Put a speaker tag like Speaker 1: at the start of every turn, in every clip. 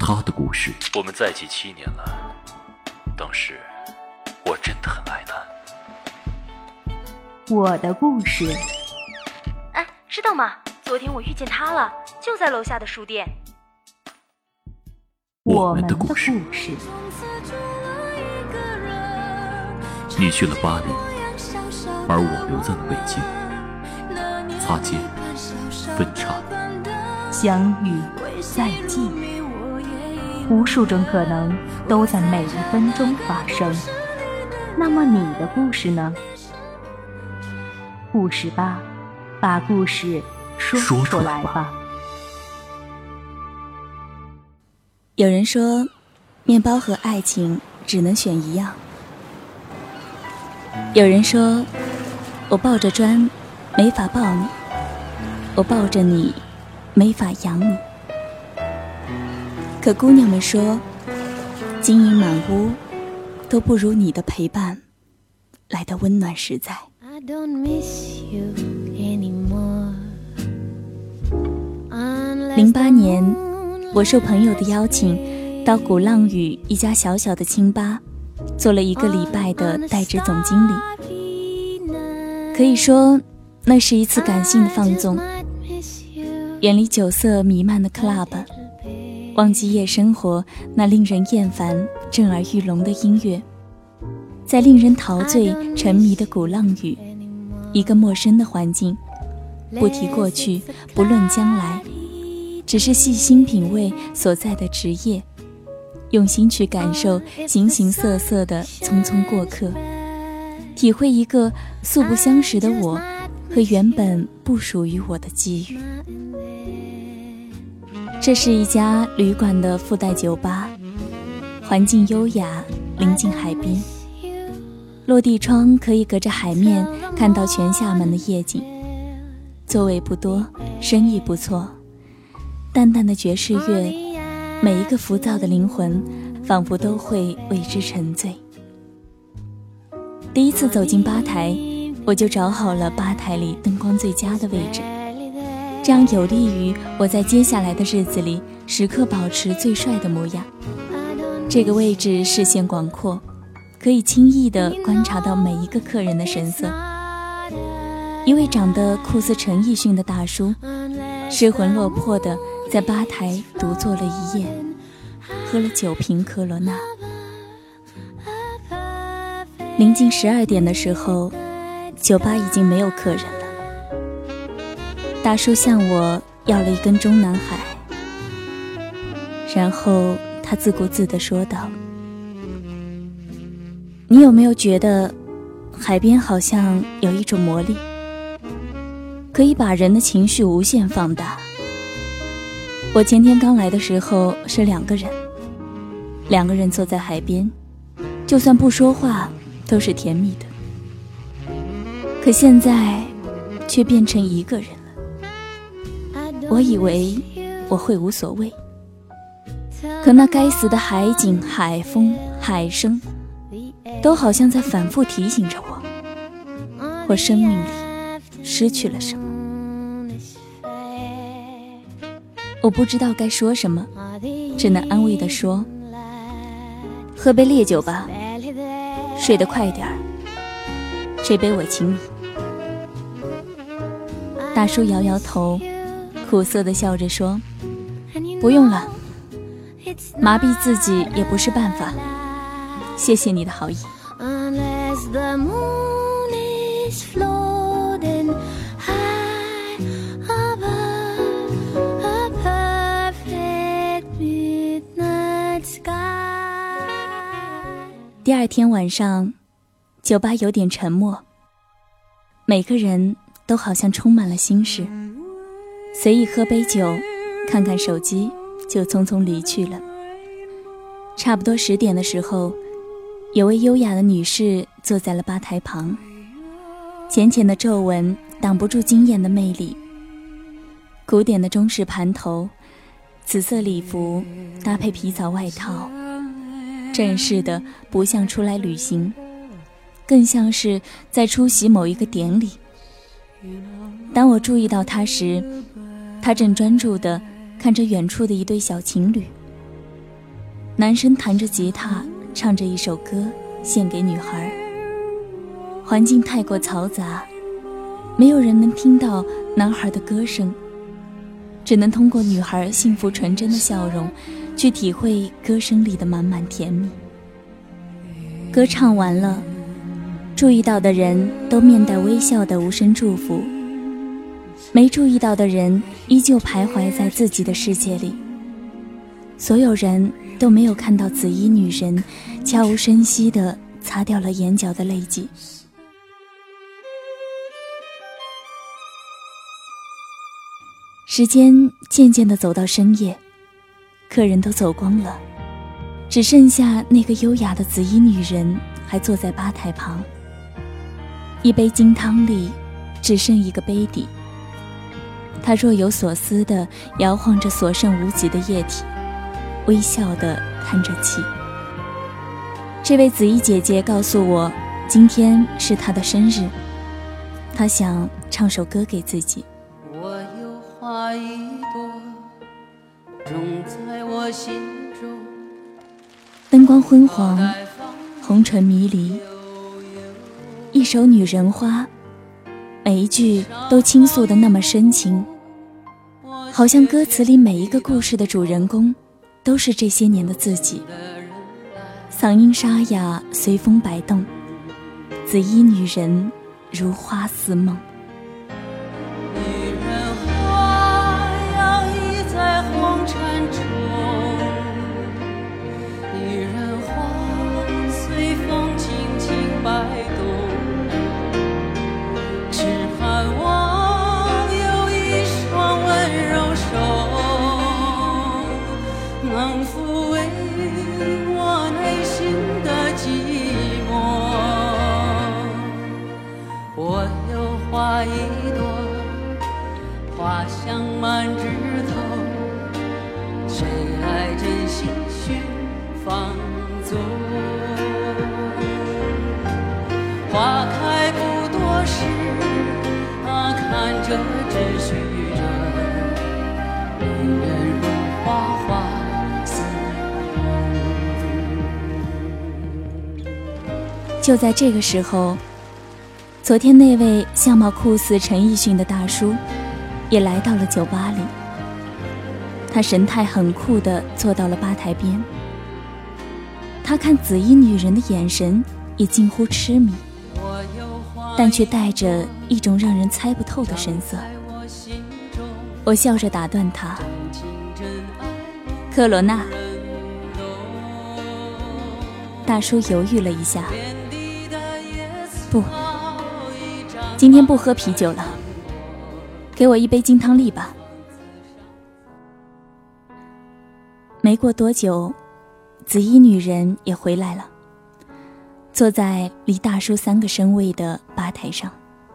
Speaker 1: 他的故事。
Speaker 2: 我们在一起7年了，当时我真的很爱他。
Speaker 3: 我的故事。
Speaker 4: 哎，知道吗？昨天我遇见他了，就在楼下的书店。
Speaker 1: 我们的故事。你去了巴黎，而我留在了北京。擦肩，分岔，
Speaker 3: 相遇，再见，无数种可能都在每一分钟发生。那么你的故事呢？故事吧，把故事说出来吧。
Speaker 5: 有人说，面包和爱情只能选一样。有人说，我抱着砖没法抱你，我抱着你没法养你。可姑娘们说，金银满屋都不如你的陪伴来得温暖实在。08年，我受朋友的邀请到鼓浪屿一家小小的清吧做了1个礼拜的代职总经理。可以说那是一次感性的放纵，远离酒色弥漫的 club， 忘记夜生活那令人厌烦震耳欲聋的音乐，在令人陶醉沉迷的鼓浪屿，一个陌生的环境，不提过去，不论将来，只是细心品味所在的职业，用心去感受形形色色的匆匆过客，体会一个素不相识的我和原本不属于我的机遇。这是一家旅馆的附带酒吧，环境优雅，临近海边，落地窗可以隔着海面看到全厦门的夜景，座位不多，生意不错，淡淡的爵士乐，每一个浮躁的灵魂仿佛都会为之沉醉。第一次走进吧台，我就找好了吧台里灯光最佳的位置，这样有利于我在接下来的日子里时刻保持最帅的模样。这个位置视线广阔，可以轻易地观察到每一个客人的神色。一位长得酷似陈奕迅的大叔，失魂落魄地在吧台独坐了一夜，喝了9瓶科罗娜。临近12点的时候，酒吧已经没有客人了。大叔向我要了一根中南海，然后他自顾自地说道：你有没有觉得海边好像有一种魔力，可以把人的情绪无限放大？我前天刚来的时候是2个人，2个人坐在海边，就算不说话都是甜蜜的，可现在却变成1个人了。我以为我会无所谓，可那该死的海景、海风、海声都好像在反复提醒着我生命里失去了什么。我不知道该说什么，只能安慰地说：喝杯烈酒吧，睡得快点儿，这杯我请你。大叔摇摇头，苦涩地笑着说：不用了，麻痹自己也不是办法，谢谢你的好意。第2天晚上，酒吧有点沉默，每个人都好像充满了心事，随意喝杯酒，看看手机，就匆匆离去了。差不多10点的时候，有位优雅的女士坐在了吧台旁，浅浅的皱纹挡不住惊艳的魅力，古典的中式盘头，紫色礼服搭配皮草外套，正式的不像出来旅行，更像是在出席某一个典礼。当我注意到他时，他正专注地看着远处的一对小情侣， 男生弹着吉他，唱着一首歌献给女孩。环境太过嘈杂，没有人能听到男孩的歌声，只能通过女孩幸福纯真的笑容去体会歌声里的满满甜蜜。歌唱完了，注意到的人都面带微笑的无声祝福，没注意到的人依旧徘徊在自己的世界里。所有人都没有看到紫衣女人悄无声息地擦掉了眼角的泪迹。时间渐渐地走到深夜，客人都走光了，只剩下那个优雅的紫衣女人还坐在吧台旁。一杯金汤里只剩一个杯底，她若有所思地摇晃着所剩无几的液体，微笑地叹着气。这位紫衣姐姐告诉我，今天是她的生日，她想唱首歌给自己。
Speaker 6: 我有花一朵，种在我心中。
Speaker 5: 灯光昏黄，红唇迷离，一首女人花，每一句都倾诉得那么深情，好像歌词里每一个故事的主人公都是这些年的自己。嗓音沙哑，随风摆动，紫衣女人如花似梦。
Speaker 6: 女人花摇曳在红尘中，女人花随风轻轻摆动，只盼望有一双温柔手能抚慰我内心的寂寞。我有花一朵，花香满枝头，谁来真心寻放纵？花开不多时，看着只虚着，女人如花花似梦。
Speaker 5: 就在这个时候，昨天那位相貌酷似陈奕迅的大叔也来到了酒吧里。他神态很酷地坐到了吧台边，他看紫衣女人的眼神也近乎痴迷，但却带着一种让人猜不透的神色。我笑着打断他，克罗娜。大叔犹豫了一下，不，今天不喝啤酒了，给我一杯金汤力吧。没过多久，紫衣女人也回来了，坐在离大叔3个身位的吧台上。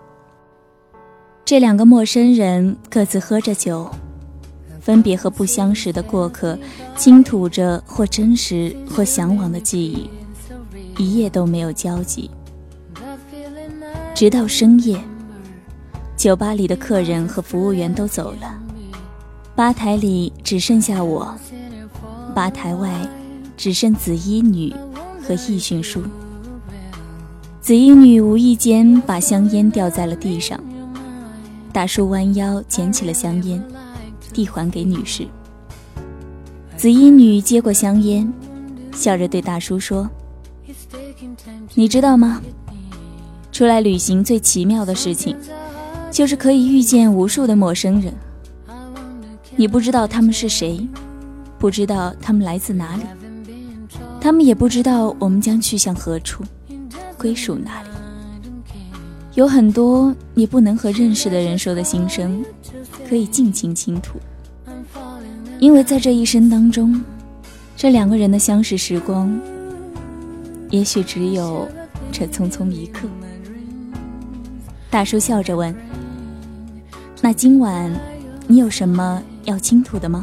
Speaker 5: 这2个陌生人各自喝着酒，分别和不相识的过客倾吐着或真实或向往的记忆，一夜都没有交集。直到深夜，酒吧里的客人和服务员都走了，吧台里只剩下我，吧台外只剩紫衣女和易迅叔。紫衣女无意间把香烟掉在了地上，大叔弯腰捡起了香烟，递还给女士。紫衣女接过香烟，笑着对大叔说：你知道吗？出来旅行最奇妙的事情，就是可以遇见无数的陌生人。你不知道他们是谁，不知道他们来自哪里，他们也不知道我们将去向何处，归属哪里。有很多你不能和认识的人说的心声，可以尽情倾吐，因为在这一生当中，这2个人的相识时光，也许只有这匆匆一刻。大叔笑着问：那今晚你有什么要倾吐的吗？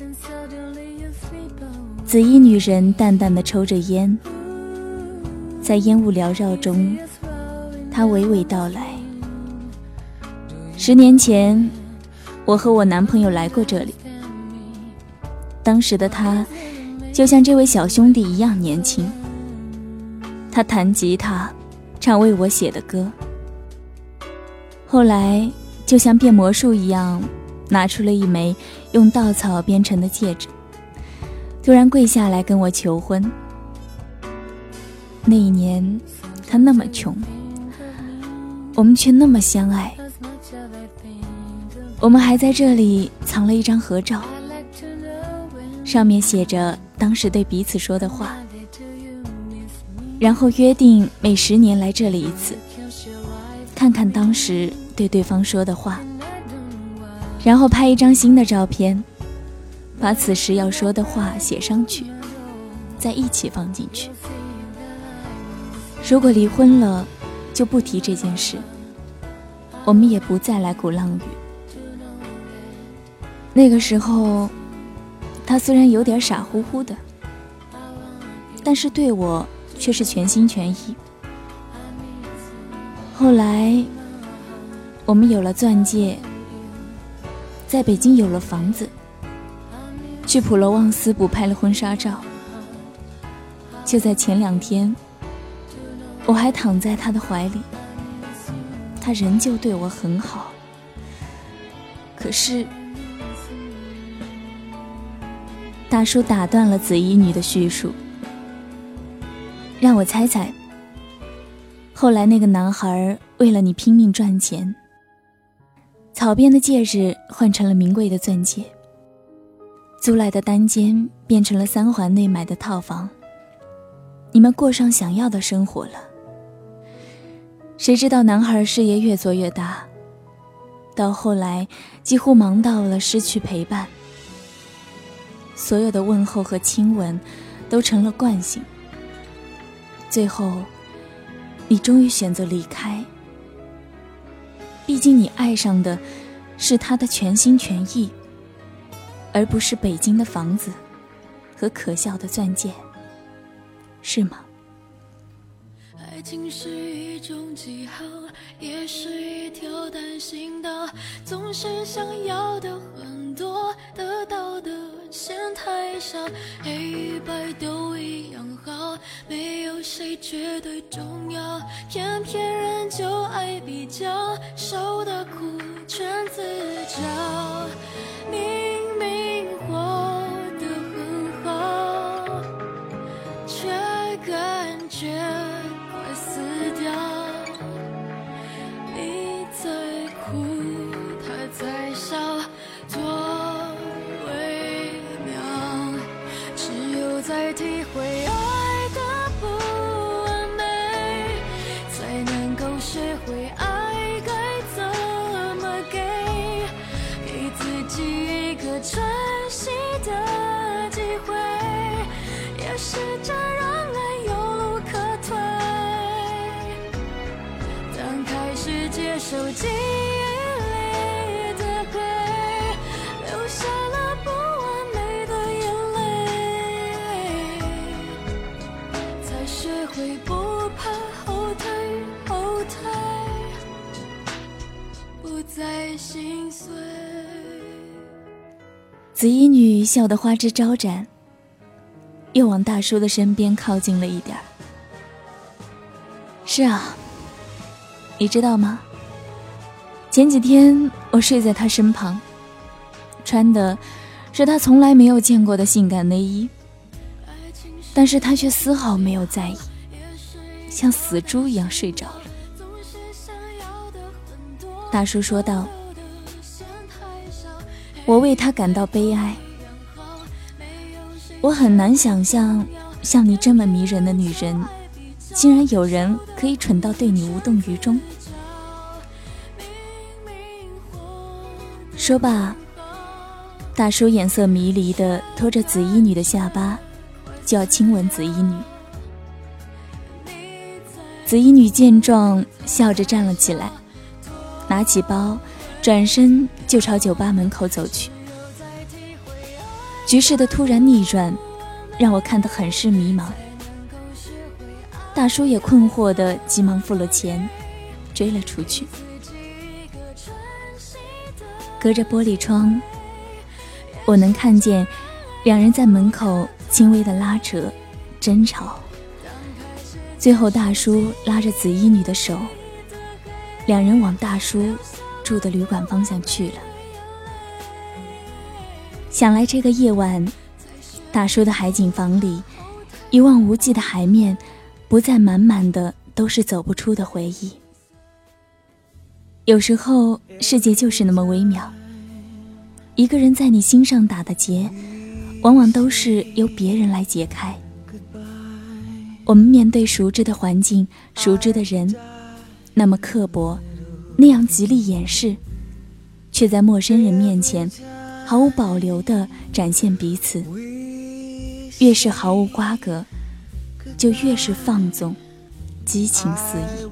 Speaker 5: 紫衣女人淡淡地抽着烟，在烟雾缭绕中，她娓娓道来：10年前，我和我男朋友来过这里，当时的他就像这位小兄弟一样年轻。他弹吉他，唱为我写的歌。后来就像变魔术一样，拿出了一枚用稻草编成的戒指，突然跪下来跟我求婚。那一年他那么穷，我们却那么相爱。我们还在这里藏了一张合照，上面写着当时对彼此说的话，然后约定每10年来这里一次，看看当时对对方说的话，然后拍一张新的照片，把此时要说的话写上去，再一起放进去。如果离婚了，就不提这件事，我们也不再来鼓浪屿。那个时候他虽然有点傻乎乎的，但是对我却是全心全意。后来我们有了钻戒，在北京有了房子，去普罗旺斯补拍了婚纱照。就在前2天，我还躺在他的怀里，他仍旧对我很好。可是大叔打断了紫衣女的叙述，让我猜猜，后来那个男孩为了你拼命赚钱，草编的戒指换成了名贵的钻戒，租来的单间变成了3环内买的套房，你们过上想要的生活了。谁知道男孩事业越做越大，到后来几乎忙到了失去陪伴，所有的问候和亲吻都成了惯性。最后你终于选择离开，毕竟你爱上的是他的全心全意，而不是北京的房子和可笑的钻戒，是吗？
Speaker 7: 爱情是一种记号，也是一条单行道，总是想要的很多，得到的嫌太少，黑与白都一样好，没有谁绝对重要，偏偏人就爱比较，受的苦全自找，明明活得很好，却感觉快死掉，你在哭他在笑，多微妙，只有在体会爱的不完美，才能够学会爱该怎么给自己一个喘息的机会，也试着让爱有路可退，当开始接受记忆里的灰，留下了不完美的眼泪，才学会不怕后退，后退不再心碎。
Speaker 5: 紫衣女笑得花枝招展，又往大叔的身边靠近了一点。是啊，你知道吗？前几天我睡在他身旁，穿的是他从来没有见过的性感内衣，但是他却丝毫没有在意，像死猪一样睡着了。大叔说道，我为他感到悲哀，我很难想象像你这么迷人的女人，竟然有人可以蠢到对你无动于衷。说罢，大叔眼色迷离地拖着紫衣女的下巴，就要亲吻紫衣女。紫衣女见状，笑着站了起来，拿起包，转身就朝酒吧门口走去。局势的突然逆转，让我看得很是迷茫。大叔也困惑地急忙付了钱，追了出去。隔着玻璃窗，我能看见两人在门口轻微的拉扯争吵，最后大叔拉着紫衣女的手，两人往大叔住的旅馆方向去了。想来这个夜晚，大叔的海景房里一望无际的海面，不再满满的都是走不出的回忆。有时候世界就是那么微妙，一个人在你心上打的结，往往都是由别人来解开。我们面对熟知的环境，熟知的人，那么刻薄，那样极力掩饰，却在陌生人面前毫无保留地展现彼此。越是毫无瓜葛，就越是放纵，激情四溢。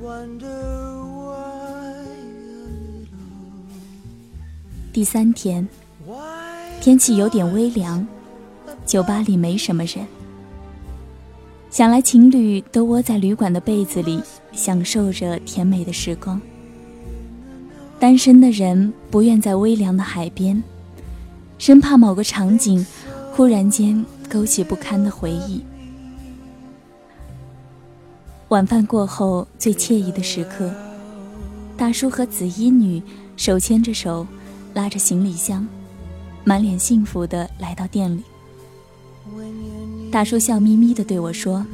Speaker 5: 第3天，天气有点微凉，酒吧里没什么人。想来情侣都窝在旅馆的被子里，享受着甜美的时光。单身的人不愿在微凉的海边，生怕某个场景忽然间勾起不堪的回忆。晚饭过后最惬意的时刻，大叔和紫衣女手牵着手，拉着行李箱，满脸幸福地来到店里。大叔笑眯眯地对我说：“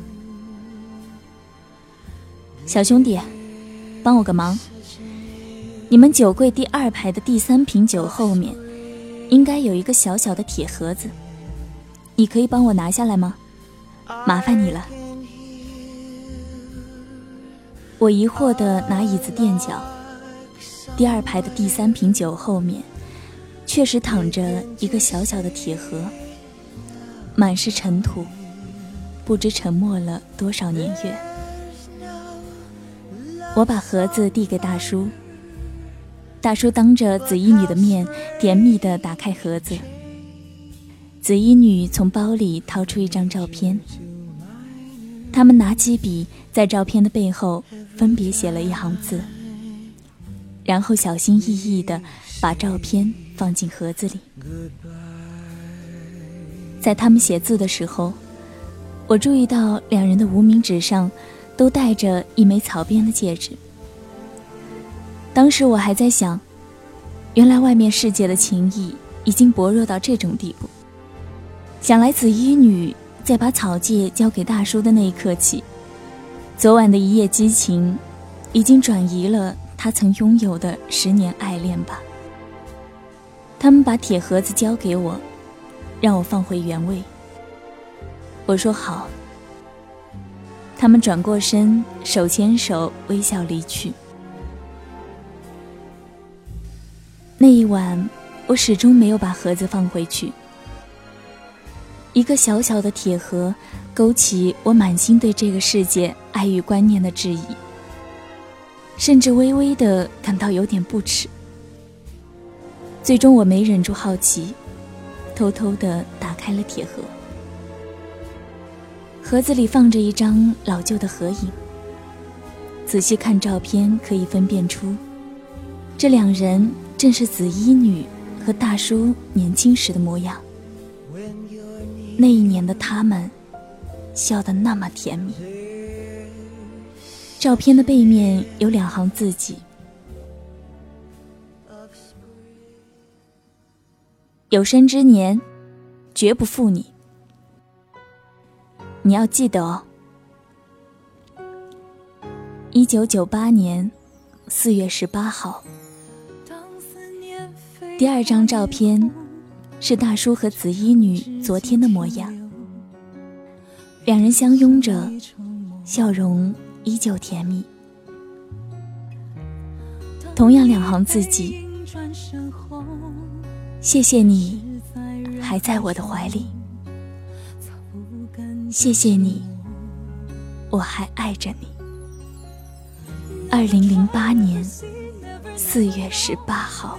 Speaker 5: 小兄弟，帮我个忙，你们酒柜第2排的第3瓶酒后面应该有一个小小的铁盒子，你可以帮我拿下来吗？麻烦你了。”我疑惑地拿椅子垫脚，第2排的第3瓶酒后面确实躺着一个小小的铁盒，满是尘土，不知沉没了多少年月。我把盒子递给大叔，大叔当着紫衣女的面甜蜜地打开盒子。紫衣女从包里掏出一张照片，他们拿起笔在照片的背后分别写了一行字，然后小心翼翼地把照片放进盒子里。在他们写字的时候，我注意到两人的无名指上都戴着一枚草编的戒指。当时我还在想，原来外面世界的情谊已经薄弱到这种地步。想来紫衣女在把草戒交给大叔的那一刻起，昨晚的一夜激情已经转移了他曾拥有的10年爱恋吧。他们把铁盒子交给我，让我放回原位。我说好。他们转过身，手牵手微笑离去。那一晚我始终没有把盒子放回去。一个小小的铁盒勾起我满心对这个世界爱与观念的质疑，甚至微微地感到有点不耻。最终我没忍住好奇，偷偷地打开了铁盒。盒子里放着一张老旧的合影，仔细看照片可以分辨出，这两人正是紫衣女和大叔年轻时的模样。那一年的他们笑得那么甜蜜。照片的背面有2行字迹：有生之年绝不负你，你要记得哦。1998年4月18号，第2张照片是大叔和紫衣女昨天的模样，两人相拥着，笑容依旧甜蜜。同样2行字迹：谢谢你还在我的怀里，谢谢你，我还爱着你。2008年4月18号。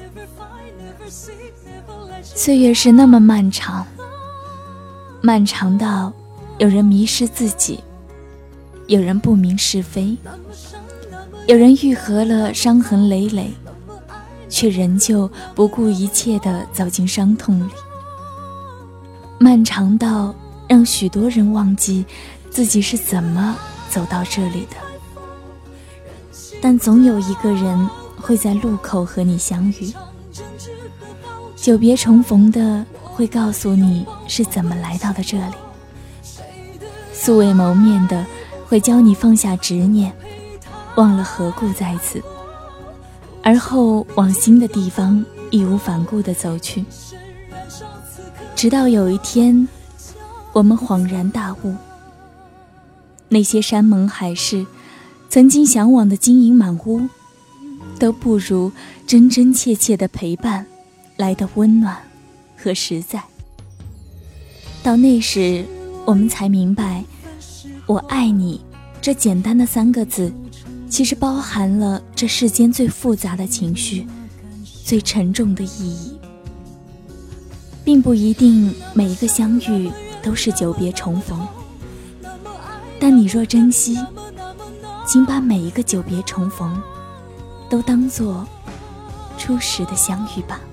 Speaker 5: 岁月是那么漫长，漫长到有人迷失自己，有人不明是非，有人愈合了伤痕累累，却仍旧不顾一切地走进伤痛里。漫长到让许多人忘记自己是怎么走到这里的。但总有一个人会在路口和你相遇，久别重逢的会告诉你是怎么来到的这里，素未谋面的会教你放下执念，忘了何故在此，而后往新的地方义无反顾地走去。直到有一天，我们恍然大悟，那些山盟海誓，曾经向往的金银满屋，都不如真真切切的陪伴来的温暖和实在。到那时，我们才明白，我爱你这简单的3个字，其实包含了这世间最复杂的情绪，最沉重的意义。并不一定每一个相遇都是久别重逢，但你若珍惜，请把每一个久别重逢都当作初时的相遇吧。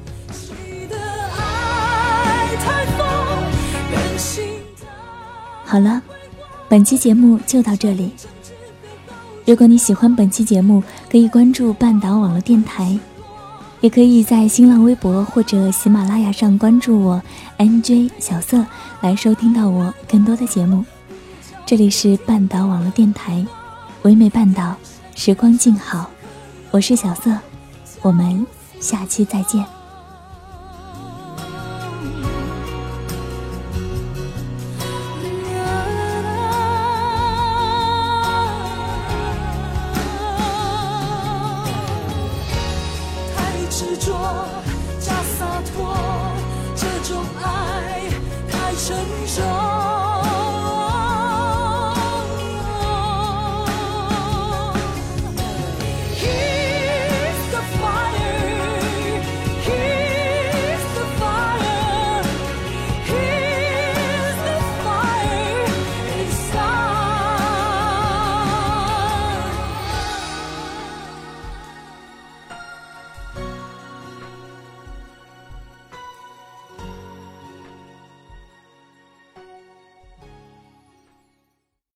Speaker 5: 好了，本期节目就到这里。如果你喜欢本期节目，可以关注半岛网络电台，也可以在新浪微博或者喜马拉雅上关注我 NJ 小色，来收听到我更多的节目。这里是半岛网络电台，唯美半岛，时光静好，我是小色，我们下期再见。